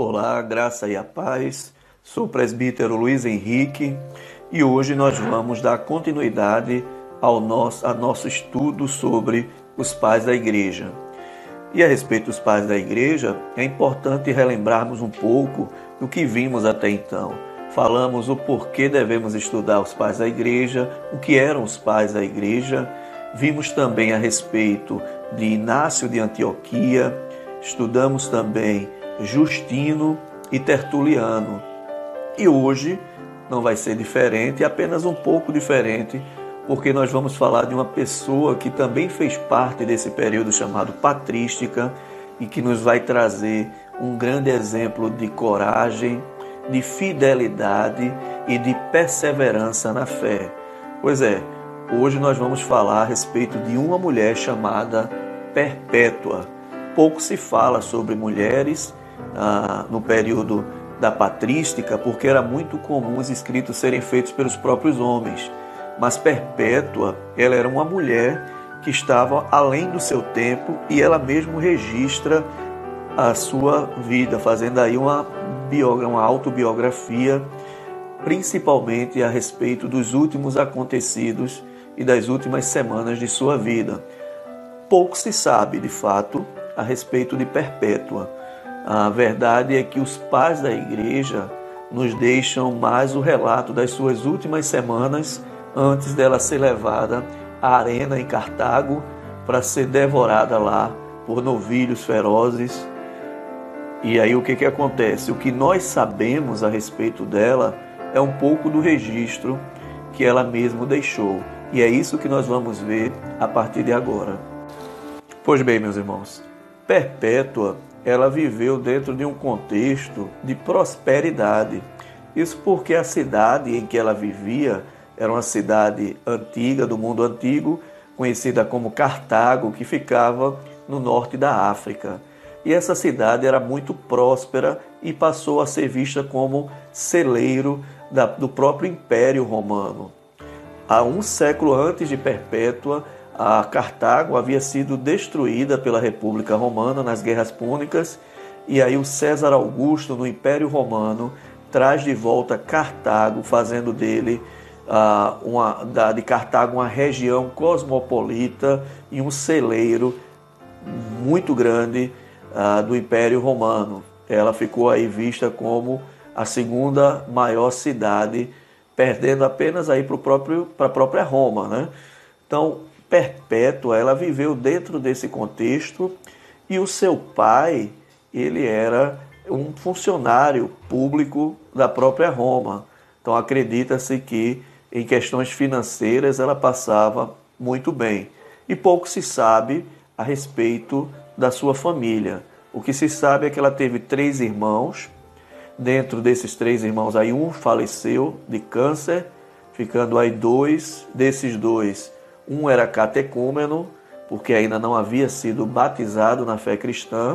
Olá, graça e a paz. Sou o presbítero Luiz Henrique e hoje nós vamos dar continuidade ao nosso estudo sobre os pais da igreja. E a respeito dos pais da igreja, é importante relembrarmos um pouco do que vimos até então. Falamos o porquê devemos estudar os pais da igreja, o que eram os pais da igreja. Vimos também a respeito de Inácio de Antioquia, estudamos também Justino e Tertuliano. E hoje não vai ser diferente, apenas um pouco diferente, porque nós vamos falar de uma pessoa que também fez parte desse período chamado patrística e que nos vai trazer um grande exemplo de coragem, de fidelidade e de perseverança na fé. Pois é, hoje nós vamos falar a respeito de uma mulher chamada Perpétua. Pouco se fala sobre mulheres no período da patrística, porque era muito comum os escritos serem feitos pelos próprios homens. Mas Perpétua, ela era uma mulher que estava além do seu tempo e ela mesmo registra a sua vida, fazendo aí uma autobiografia, principalmente a respeito dos últimos acontecidos e das últimas semanas de sua vida. Pouco se sabe, de fato, a respeito de Perpétua. A verdade é que os pais da igreja nos deixam mais o relato das suas últimas semanas antes dela ser levada à arena em Cartago para ser devorada lá por novilhos ferozes. E aí o que acontece? O que nós sabemos a respeito dela é um pouco do registro que ela mesma deixou. E é isso que nós vamos ver a partir de agora. Pois bem, meus irmãos, Perpétua, ela viveu dentro de um contexto de prosperidade. Isso porque a cidade em que ela vivia era uma cidade antiga, do mundo antigo, conhecida como Cartago, que ficava no norte da África. E essa cidade era muito próspera e passou a ser vista como celeiro do próprio Império Romano. Há um século antes de Perpétua, a Cartago havia sido destruída pela República Romana nas Guerras Púnicas, e aí o César Augusto, no Império Romano, traz de volta Cartago, fazendo de Cartago uma região cosmopolita e um celeiro muito grande do Império Romano. Ela ficou aí vista como a segunda maior cidade, perdendo apenas aí para a própria Roma, né? Então, Perpétua, ela viveu dentro desse contexto e o seu pai, ele era um funcionário público da própria Roma. Então acredita-se que em questões financeiras ela passava muito bem. E pouco se sabe a respeito da sua família. O que se sabe é que ela teve 3 irmãos. Dentro desses 3 irmãos, aí um faleceu de câncer, ficando aí 2. Desses 2, um era catecúmeno, porque ainda não havia sido batizado na fé cristã,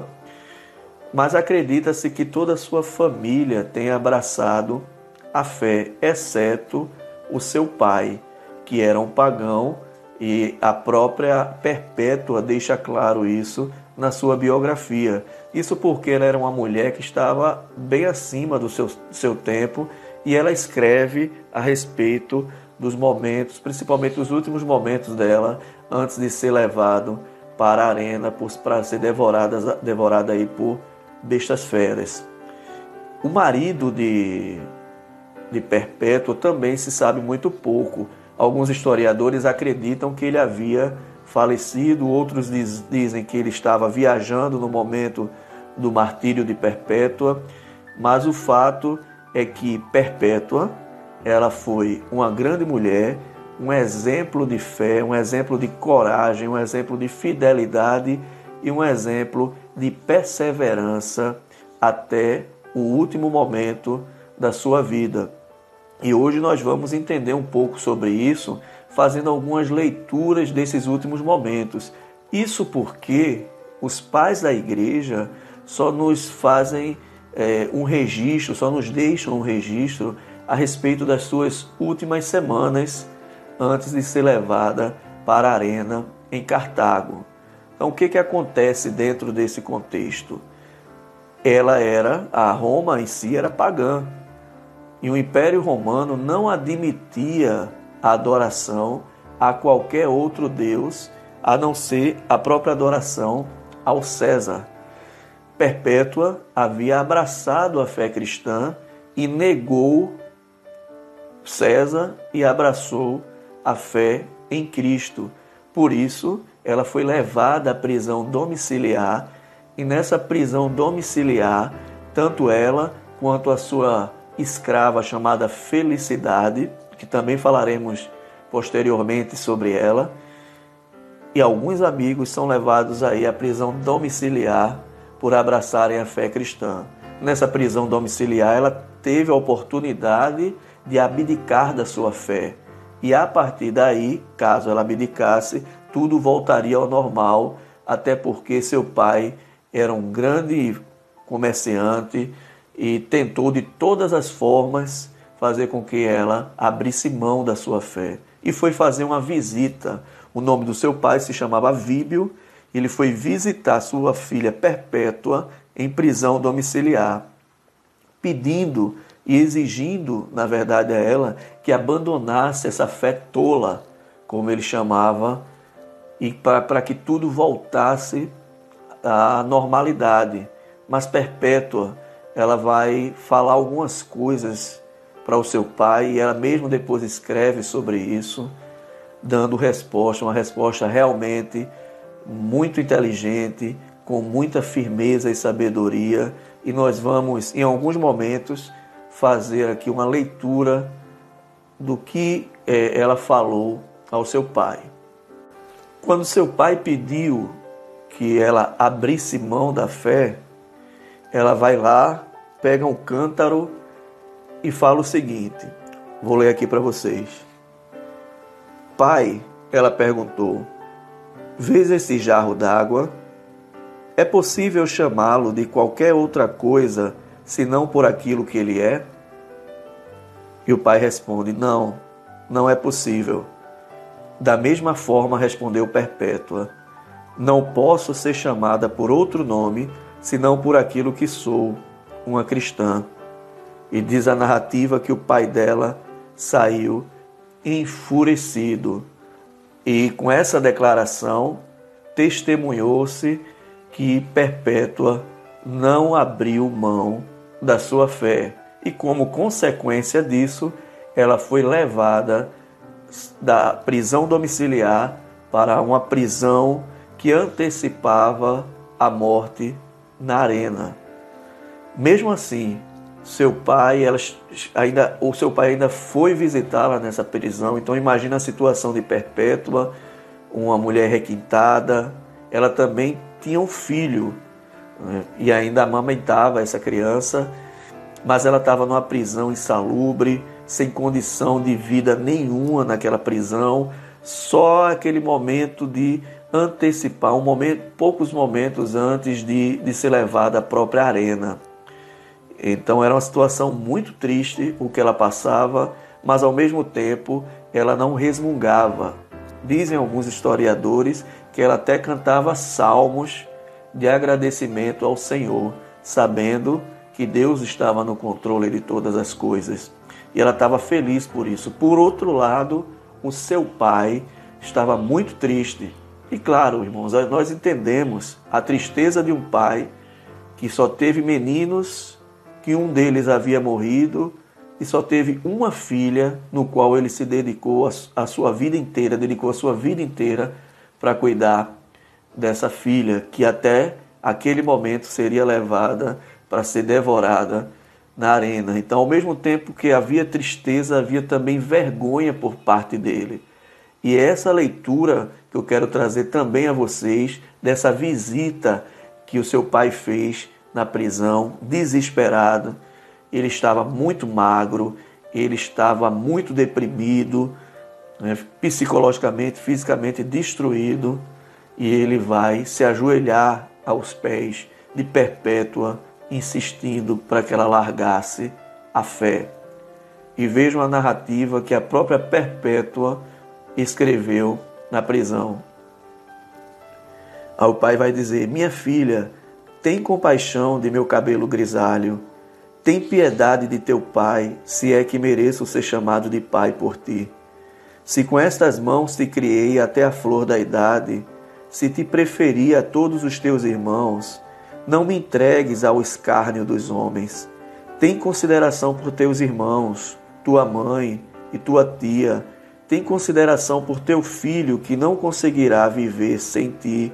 mas acredita-se que toda a sua família tenha abraçado a fé, exceto o seu pai, que era um pagão, e a própria Perpétua deixa claro isso na sua biografia. Isso porque ela era uma mulher que estava bem acima do seu tempo, e ela escreve a respeito dos momentos, principalmente os últimos momentos dela, antes de ser levado para a arena para ser devorada aí por bestas feras. O marido de Perpétua também se sabe muito pouco. Alguns historiadores acreditam que ele havia falecido, outros dizem que ele estava viajando no momento do martírio de Perpétua, mas o fato é que Perpétua, ela foi uma grande mulher, um exemplo de fé, um exemplo de coragem, um exemplo de fidelidade e um exemplo de perseverança até o último momento da sua vida. E hoje nós vamos entender um pouco sobre isso, fazendo algumas leituras desses últimos momentos. Isso porque os pais da igreja só nos fazem um registro, só nos deixam um registro a respeito das suas últimas semanas antes de ser levada para a arena em Cartago. Então, o que acontece dentro desse contexto? a Roma em si era pagã. E o Império Romano não admitia a adoração a qualquer outro deus, a não ser a própria adoração ao César. Perpétua havia abraçado a fé cristã e negou César e abraçou a fé em Cristo. Por isso, ela foi levada à prisão domiciliar, e nessa prisão domiciliar, tanto ela quanto a sua escrava chamada Felicidade, que também falaremos posteriormente sobre ela, e alguns amigos são levados aí à prisão domiciliar por abraçarem a fé cristã. Nessa prisão domiciliar, ela teve a oportunidade de abdicar da sua fé. E a partir daí, caso ela abdicasse, tudo voltaria ao normal, até porque seu pai era um grande comerciante e tentou de todas as formas fazer com que ela abrisse mão da sua fé. E foi fazer uma visita. O nome do seu pai se chamava Víbio. Ele foi visitar sua filha Perpétua em prisão domiciliar, pedindo e exigindo, na verdade, a ela que abandonasse essa fé tola, como ele chamava, e para que tudo voltasse à normalidade. Mas Perpétua, ela vai falar algumas coisas para o seu pai, e ela mesmo depois escreve sobre isso, dando resposta, uma resposta realmente muito inteligente, com muita firmeza e sabedoria, e nós vamos, em alguns momentos, fazer aqui uma leitura do que ela falou ao seu pai. Quando seu pai pediu que ela abrisse mão da fé, ela vai lá, pega um cântaro e fala o seguinte, vou ler aqui para vocês. Pai, ela perguntou, vês esse jarro d'água? É possível chamá-lo de qualquer outra coisa, senão por aquilo que ele é? E o pai responde, não, não é possível. Da mesma forma respondeu Perpétua, não posso ser chamada por outro nome, senão por aquilo que sou, uma cristã. E diz a narrativa que o pai dela saiu enfurecido. E com essa declaração, testemunhou-se que Perpétua não abriu mão da sua fé. E como consequência disso, ela foi levada da prisão domiciliar para uma prisão que antecipava a morte na arena. Mesmo assim, o seu pai ainda foi visitá-la nessa prisão. Então imagina a situação de Perpétua, uma mulher requintada. Ela também tinha um filho, né, e ainda amamentava essa criança, mas ela estava numa prisão insalubre, sem condição de vida nenhuma naquela prisão, só aquele momento de antecipar, poucos momentos antes de ser levada à própria arena. Então era uma situação muito triste o que ela passava, mas ao mesmo tempo ela não resmungava. Dizem alguns historiadores que ela até cantava salmos de agradecimento ao Senhor, sabendo que Deus estava no controle de todas as coisas. E ela estava feliz por isso. Por outro lado, o seu pai estava muito triste. E claro, irmãos, nós entendemos a tristeza de um pai que só teve meninos, que um deles havia morrido, e só teve uma filha, no qual ele se dedicou a sua vida inteira, para cuidar dessa filha, que até aquele momento seria levada para ser devorada na arena. Então, ao mesmo tempo que havia tristeza, havia também vergonha por parte dele. E é essa leitura que eu quero trazer também a vocês, dessa visita que o seu pai fez na prisão, desesperado. Ele estava muito magro, ele estava muito deprimido, né, psicologicamente, fisicamente destruído, e ele vai se ajoelhar aos pés de Perpétua, insistindo para que ela largasse a fé. E vejam a narrativa que a própria Perpétua escreveu na prisão. Aí o pai vai dizer, minha filha, tem compaixão de meu cabelo grisalho. Tem piedade de teu pai, se é que mereço ser chamado de pai por ti. Se com estas mãos te criei até a flor da idade, se te preferi a todos os teus irmãos, não me entregues ao escárnio dos homens. Tem consideração por teus irmãos, tua mãe e tua tia. Tem consideração por teu filho que não conseguirá viver sem ti.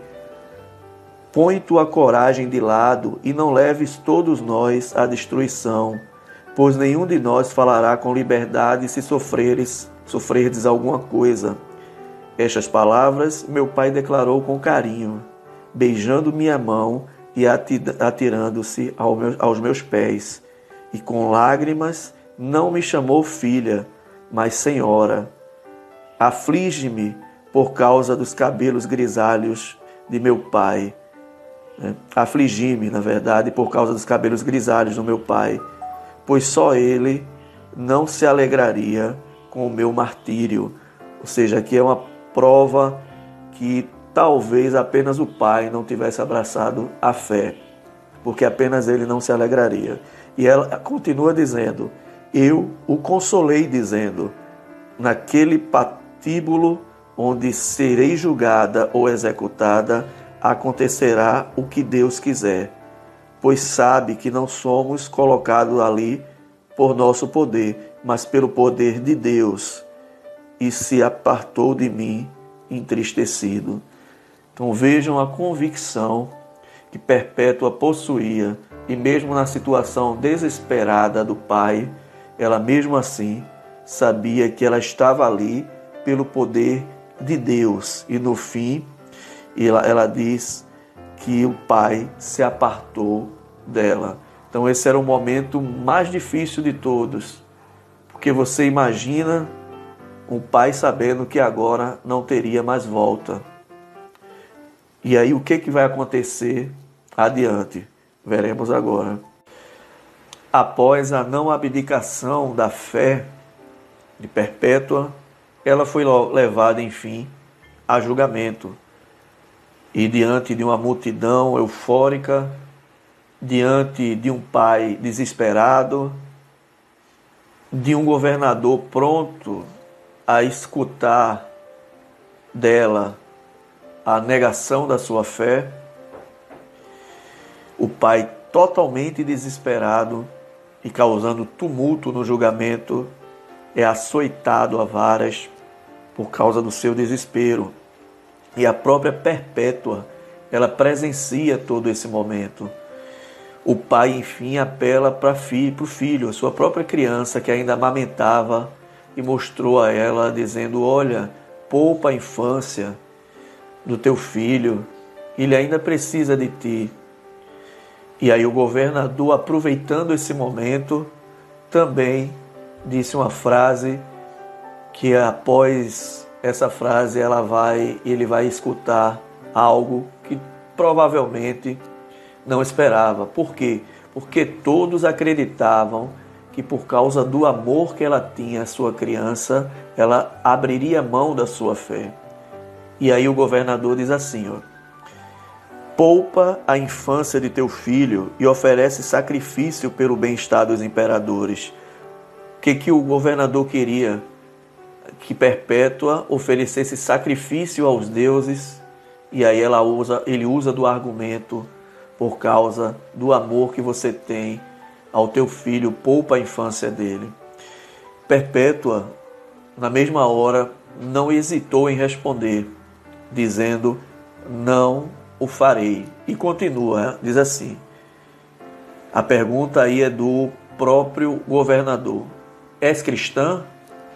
Põe tua coragem de lado e não leves todos nós à destruição, pois nenhum de nós falará com liberdade se sofrerdes alguma coisa. Estas palavras meu pai declarou com carinho, beijando minha mão e atirando-se aos meus pés. E com lágrimas não me chamou filha, mas senhora. Aflige-me por causa dos cabelos grisalhos de meu pai. Afligi-me, na verdade, por causa dos cabelos grisalhos do meu pai, pois só ele não se alegraria com o meu martírio. Ou seja, aqui é uma prova que talvez apenas o pai não tivesse abraçado a fé, porque apenas ele não se alegraria. E ela continua dizendo, eu o consolei dizendo, naquele patíbulo onde serei julgada ou executada, acontecerá o que Deus quiser, pois sabe que não somos colocados ali por nosso poder, mas pelo poder de Deus, e se apartou de mim entristecido. Então vejam a convicção que Perpétua possuía, e mesmo na situação desesperada do pai, ela mesmo assim sabia que ela estava ali pelo poder de Deus, e no fim ela diz que o pai se apartou dela. Então esse era o momento mais difícil de todos, porque você imagina um pai sabendo que agora não teria mais volta. E aí o que vai acontecer adiante? Veremos agora. Após a não abdicação da fé de Perpétua, ela foi levada, enfim, a julgamento. E diante de uma multidão eufórica, diante de um pai desesperado, de um governador pronto a escutar dela a negação da sua fé, o pai totalmente desesperado e causando tumulto no julgamento, é açoitado a varas por causa do seu desespero. E a própria Perpétua, ela presencia todo esse momento. O pai, enfim, apela para o filho, a sua própria criança, que ainda amamentava, e mostrou a ela, dizendo, olha, poupa a infância do teu filho, ele ainda precisa de ti. E aí o governador, aproveitando esse momento, também disse uma frase que após essa frase ele vai escutar algo que provavelmente não esperava. Por quê? Porque todos acreditavam que por causa do amor que ela tinha à sua criança, ela abriria mão da sua fé. E aí o governador diz assim, poupa a infância de teu filho e oferece sacrifício pelo bem-estar dos imperadores. O que o governador queria? Que Perpétua oferecesse sacrifício aos deuses, e aí ele usa do argumento, por causa do amor que você tem ao teu filho, poupa a infância dele. Perpétua, na mesma hora, não hesitou em responder, dizendo, não o farei. E continua, diz assim, a pergunta aí é do próprio governador, és cristã?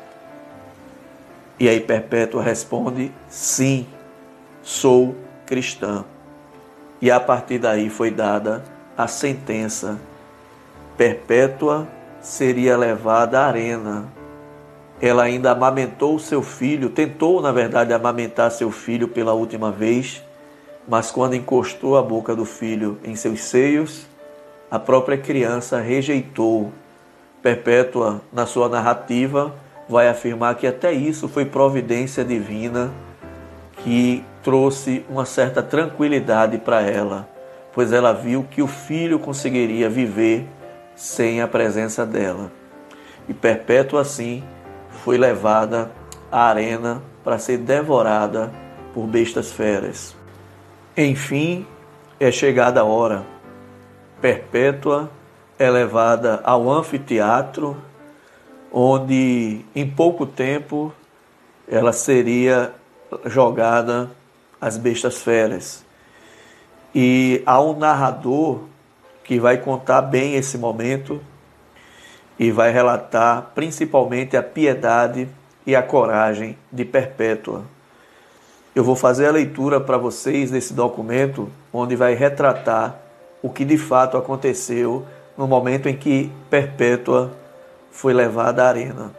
E aí Perpétua responde, sim, sou cristã. E a partir daí foi dada a sentença. Perpétua seria levada à arena. Ela ainda amamentou seu filho, tentou, na verdade, amamentar seu filho pela última vez, mas quando encostou a boca do filho em seus seios, a própria criança rejeitou. Perpétua, na sua narrativa, vai afirmar que até isso foi providência divina que trouxe uma certa tranquilidade para ela, pois ela viu que o filho conseguiria viver sem a presença dela. E Perpétua, assim, foi levada à arena para ser devorada por bestas feras. Enfim, é chegada a hora. Perpétua é levada ao anfiteatro, onde em pouco tempo ela seria jogada às bestas feras. E há um narrador que vai contar bem esse momento e vai relatar principalmente a piedade e a coragem de Perpétua. Eu vou fazer a leitura para vocês desse documento, onde vai retratar o que de fato aconteceu no momento em que Perpétua foi levada à arena.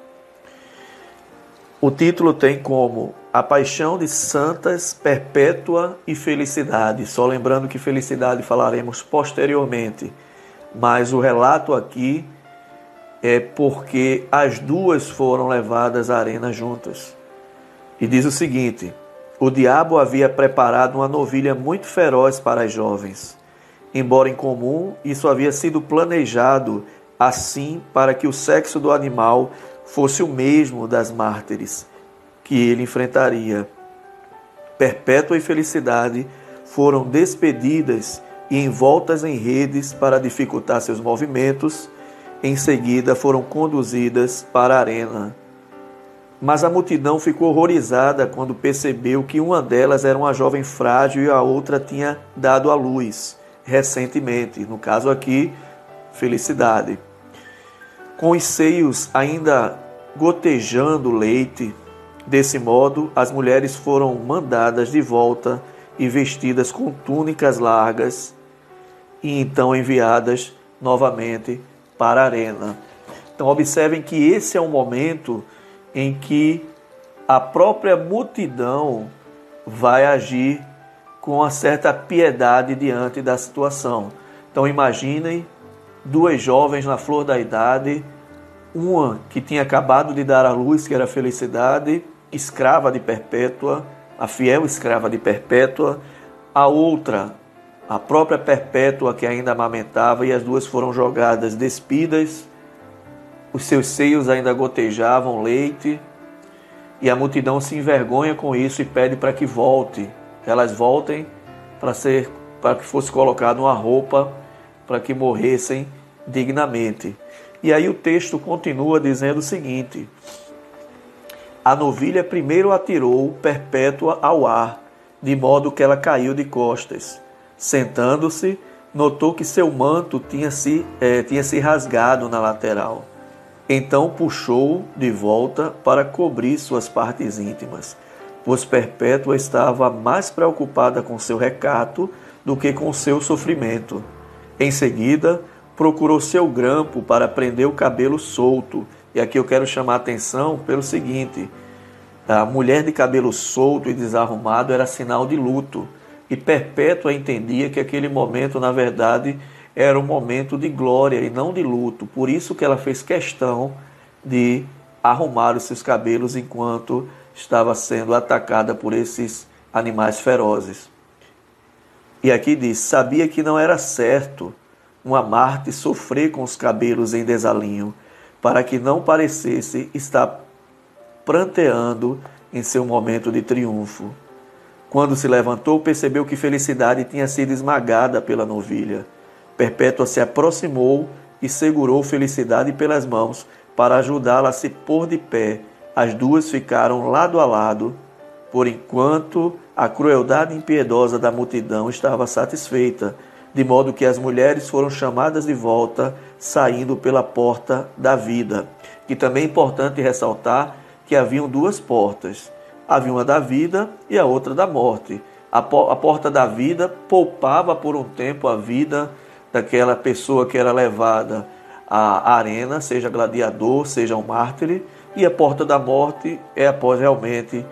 O título tem como A Paixão de Santas, Perpétua e Felicidade. Só lembrando que Felicidade falaremos posteriormente, mas o relato aqui é porque as duas foram levadas à arena juntas. E diz o seguinte: o diabo havia preparado uma novilha muito feroz para as jovens. Embora incomum, isso havia sido planejado assim para que o sexo do animal fosse o mesmo das mártires que ele enfrentaria. Perpétua e Felicidade foram despedidas e envoltas em redes para dificultar seus movimentos. Em seguida foram conduzidas para a arena. Mas a multidão ficou horrorizada quando percebeu que uma delas era uma jovem frágil e a outra tinha dado à luz recentemente. No caso aqui, Felicidade. Com os seios ainda gotejando leite, desse modo, as mulheres foram mandadas de volta e vestidas com túnicas largas e então enviadas novamente para a arena. Então observem que esse é um momento em que a própria multidão vai agir com uma certa piedade diante da situação. Então imaginem duas jovens na flor da idade, uma que tinha acabado de dar à luz, que era a Felicidade, escrava de Perpétua, a fiel escrava de Perpétua, a outra, a própria Perpétua, que ainda amamentava, e as duas foram jogadas despidas, os seus seios ainda gotejavam leite, e a multidão se envergonha com isso e pede para que volte. Elas voltem para que fosse colocada uma roupa para que morressem dignamente. E aí o texto continua dizendo o seguinte: a novilha primeiro atirou Perpétua ao ar, de modo que ela caiu de costas. Sentando-se, notou que seu manto tinha se rasgado na lateral. Então puxou de volta para cobrir suas partes íntimas, pois Perpétua estava mais preocupada com seu recato do que com seu sofrimento. Em seguida, procurou seu grampo para prender o cabelo solto. E aqui eu quero chamar a atenção pelo seguinte: a mulher de cabelo solto e desarrumado era sinal de luto. E Perpétua entendia que aquele momento, na verdade, era um momento de glória e não de luto. Por isso que ela fez questão de arrumar os seus cabelos enquanto estava sendo atacada por esses animais ferozes. E aqui diz: sabia que não era certo uma Marte sofrer com os cabelos em desalinho, para que não parecesse estar pranteando em seu momento de triunfo. Quando se levantou, percebeu que Felicidade tinha sido esmagada pela novilha. Perpétua se aproximou e segurou Felicidade pelas mãos para ajudá-la a se pôr de pé. As duas ficaram lado a lado, por enquanto a crueldade impiedosa da multidão estava satisfeita, de modo que as mulheres foram chamadas de volta, saindo pela porta da vida. E também é importante ressaltar que haviam duas portas. Havia uma da vida e a outra da morte. A porta da vida poupava por um tempo a vida daquela pessoa que era levada à arena, seja gladiador, seja um mártir, e a porta da morte é após realmente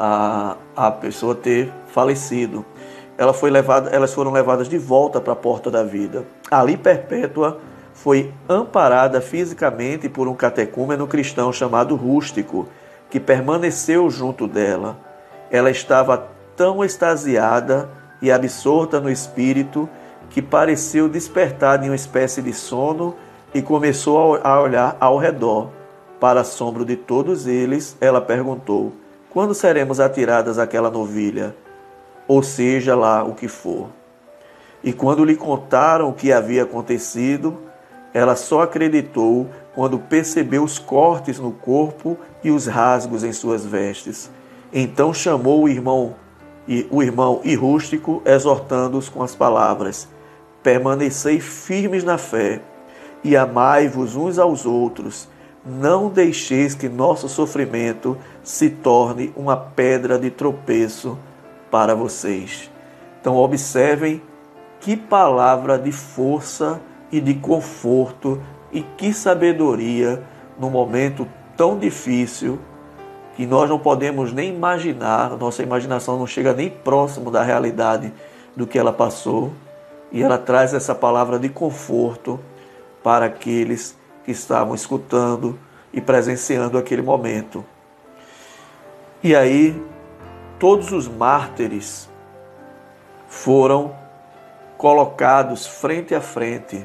a pessoa ter falecido. Elas foram levadas de volta para a porta da vida. Ali Perpétua foi amparada fisicamente por um catecúmeno cristão chamado Rústico, que permaneceu junto dela. Ela estava tão extasiada e absorta no espírito que pareceu despertar de uma espécie de sono e começou a olhar ao redor. Para assombro de todos eles, ela perguntou: quando seremos atiradas àquela novilha? Ou seja lá o que for. E quando lhe contaram o que havia acontecido, ela só acreditou quando percebeu os cortes no corpo e os rasgos em suas vestes. Então chamou o irmão e rústico, exortando-os com as palavras: permanecei firmes na fé e amai-vos uns aos outros. Não deixeis que nosso sofrimento se torne uma pedra de tropeço para vocês. Então observem que palavra de força e de conforto e que sabedoria num momento tão difícil que nós não podemos nem imaginar, nossa imaginação não chega nem próximo da realidade do que ela passou, e ela traz essa palavra de conforto para aqueles que estavam escutando e presenciando aquele momento. E aí, todos os mártires foram colocados frente a frente,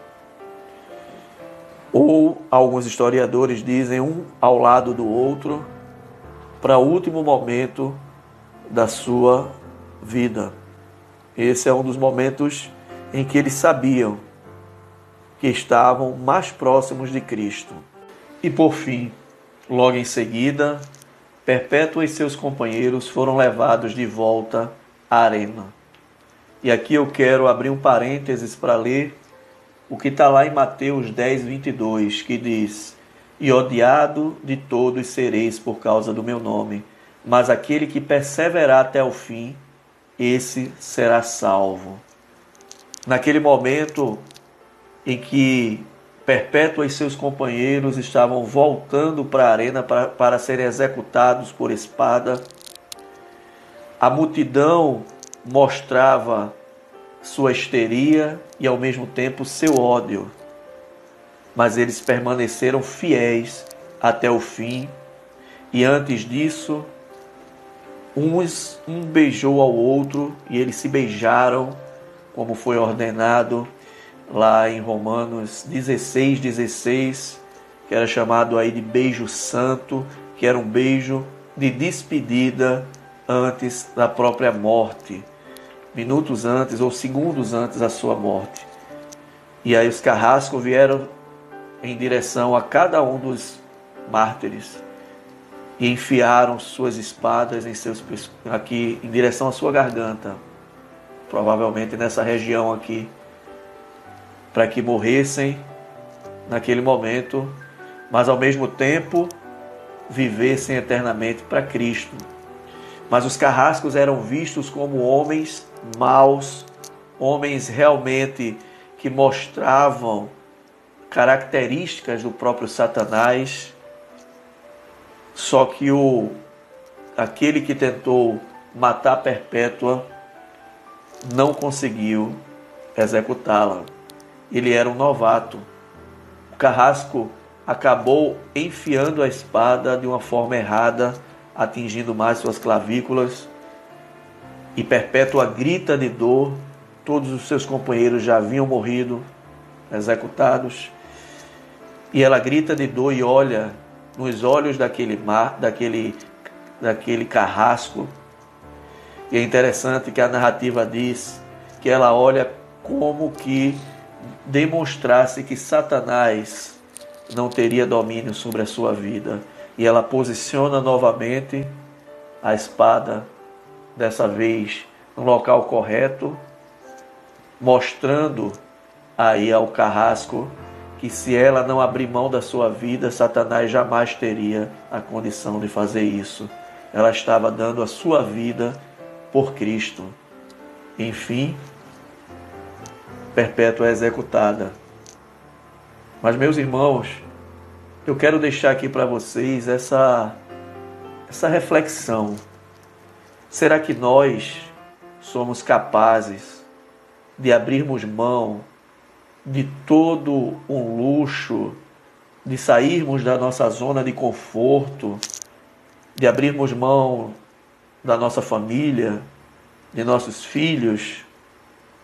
ou alguns historiadores dizem um ao lado do outro, para o último momento da sua vida. Esse é um dos momentos em que eles sabiam que estavam mais próximos de Cristo. E por fim, logo em seguida, Perpétua e seus companheiros foram levados de volta à arena. E aqui eu quero abrir um parênteses para ler o que está lá em Mateus 10, 22, que diz: e odiado de todos sereis por causa do meu nome, mas aquele que perseverar até o fim, esse será salvo. Naquele momento em que Perpétua e seus companheiros estavam voltando para a arena para serem executados por espada, a multidão mostrava sua histeria e ao mesmo tempo seu ódio. Mas eles permaneceram fiéis até o fim, e antes disso, um beijou ao outro e eles se beijaram, como foi ordenado lá em Romanos 16, 16, que era chamado aí de beijo santo, que era um beijo de despedida antes da própria morte, minutos antes ou segundos antes da sua morte. E aí os carrascos vieram em direção a cada um dos mártires e enfiaram suas espadas aqui em direção à sua garganta, provavelmente nessa região aqui, para que morressem naquele momento, mas ao mesmo tempo vivessem eternamente para Cristo. Mas os carrascos eram vistos como homens maus, homens realmente que mostravam características do próprio Satanás. Só que aquele que tentou matar Perpétua não conseguiu executá-la. Ele era um novato. O carrasco acabou enfiando a espada de uma forma errada, atingindo mais suas clavículas, e Perpétua grita de dor. Todos os seus companheiros já haviam morrido, executados, e ela grita de dor e olha nos olhos daquele carrasco. E é interessante que a narrativa diz que ela olha como que demonstrasse que Satanás não teria domínio sobre a sua vida. E ela posiciona novamente a espada, dessa vez no local correto, mostrando aí ao carrasco que se ela não abrir mão da sua vida, Satanás jamais teria a condição de fazer isso. Ela estava dando a sua vida por Cristo. Enfim, Perpétua é executada. Mas, meus irmãos, eu quero deixar aqui para vocês essa reflexão. Será que nós somos capazes de abrirmos mão de todo um luxo, de sairmos da nossa zona de conforto, de abrirmos mão da nossa família, de nossos filhos,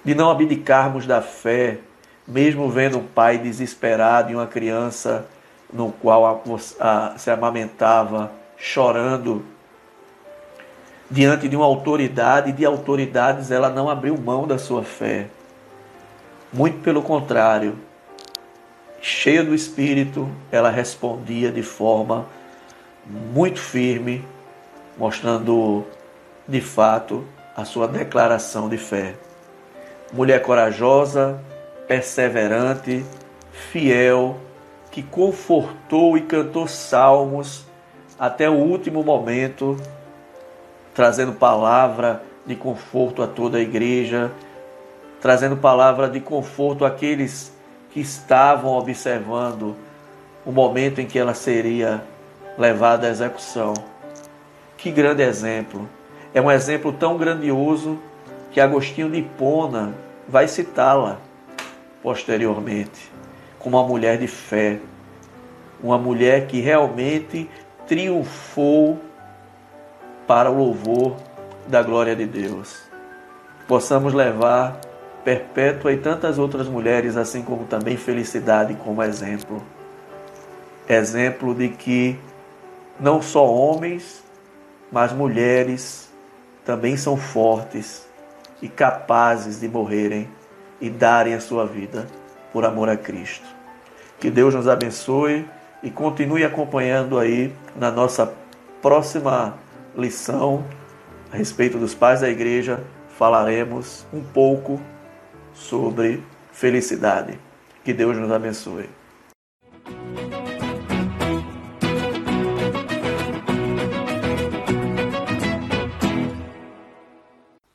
de não abdicarmos da fé, mesmo vendo um pai desesperado e uma criança no qual se amamentava, chorando, diante de uma autoridade, e de autoridades ela não abriu mão da sua fé. Muito pelo contrário, cheia do Espírito, ela respondia de forma muito firme, mostrando de fato a sua declaração de fé. Mulher corajosa, perseverante, fiel, que confortou e cantou salmos até o último momento, trazendo palavra de conforto a toda a igreja, trazendo palavra de conforto àqueles que estavam observando o momento em que ela seria levada à execução. Que grande exemplo! É um exemplo tão grandioso que Agostinho de Hipona vai citá-la posteriormente como uma mulher de fé, uma mulher que realmente triunfou para o louvor da glória de Deus. Possamos levar Perpétua e tantas outras mulheres, assim como também Felicidade, como exemplo. Exemplo de que não só homens, mas mulheres também são fortes e capazes de morrerem e darem a sua vida por amor a Cristo. Que Deus nos abençoe e continue acompanhando aí na nossa próxima lição a respeito dos pais da igreja. Falaremos um pouco sobre felicidade. Que Deus nos abençoe.